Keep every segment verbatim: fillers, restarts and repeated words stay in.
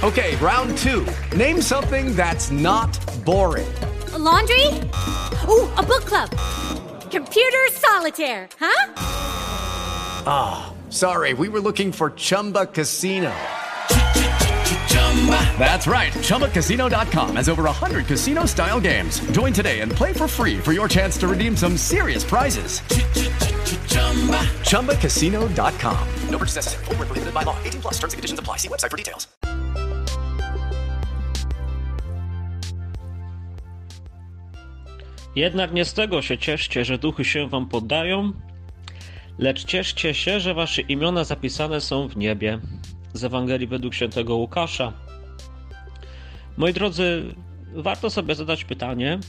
Okay, round two. Name something that's not boring. A laundry? Ooh, a book club. Computer solitaire, huh? Ah, oh, sorry, we were looking for Chumba Casino. That's right, Chumba Casino dot com has over one hundred casino-style games. Join today and play for free for your chance to redeem some serious prizes. Chumba Casino dot com. No purchase necessary. Void where prohibited by law. eighteen plus terms and conditions apply. See website for details. Jednak nie z tego się cieszcie, że duchy się wam poddają, lecz cieszcie się, że wasze imiona zapisane są w niebie. Z Ewangelii według świętego Łukasza. Moi drodzy, warto sobie zadać pytanie,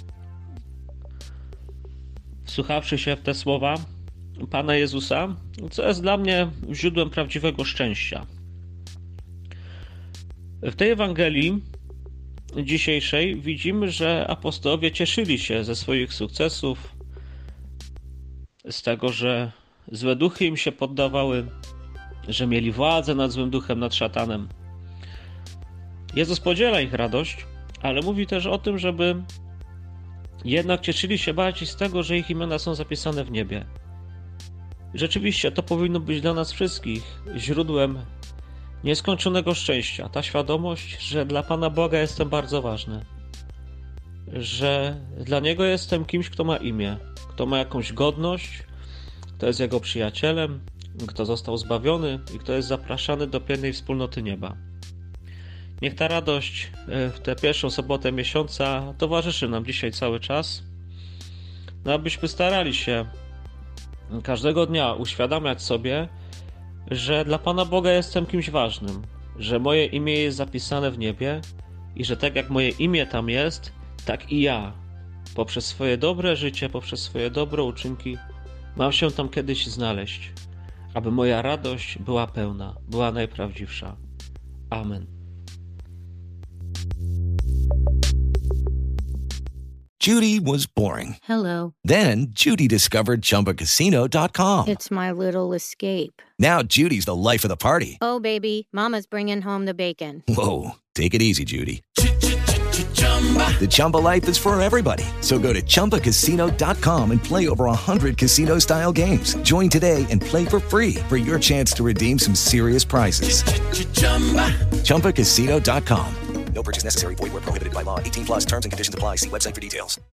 wsłuchawszy się w te słowa Pana Jezusa, co jest dla mnie źródłem prawdziwego szczęścia. W tej Ewangelii dzisiejszej widzimy, że apostołowie cieszyli się ze swoich sukcesów, z tego, że złe duchy im się poddawały, że mieli władzę nad złym duchem, nad szatanem. Jezus podziela ich radość, ale mówi też o tym, żeby jednak cieszyli się bardziej z tego, że ich imiona są zapisane w niebie. Rzeczywiście to powinno być dla nas wszystkich źródłem nieskończonego szczęścia. Ta świadomość, że dla Pana Boga jestem bardzo ważny. Że dla Niego jestem kimś, kto ma imię, kto ma jakąś godność, kto jest Jego przyjacielem, kto został zbawiony i kto jest zapraszany do pięknej wspólnoty nieba. Niech ta radość w tę pierwszą sobotę miesiąca towarzyszy nam dzisiaj cały czas, no abyśmy starali się każdego dnia uświadamiać sobie, że dla Pana Boga jestem kimś ważnym, że moje imię jest zapisane w niebie i że tak jak moje imię tam jest, tak i ja poprzez swoje dobre życie, poprzez swoje dobre uczynki mam się tam kiedyś znaleźć, aby moja radość była pełna, była najprawdziwsza. Amen. Judy was boring. Hello. Then Judy discovered Chumba Casino dot com. It's my little escape. Now Judy's the life of the party. Oh, baby, mama's bringing home the bacon. Whoa, take it easy, Judy. The Chumba life is for everybody. So go to Chumba Casino dot com and play over one hundred casino-style games. Join today and play for free for your chance to redeem some serious prizes. Chumba Casino dot com. No purchase necessary. Void where prohibited by law. eighteen plus terms and conditions apply. See website for details.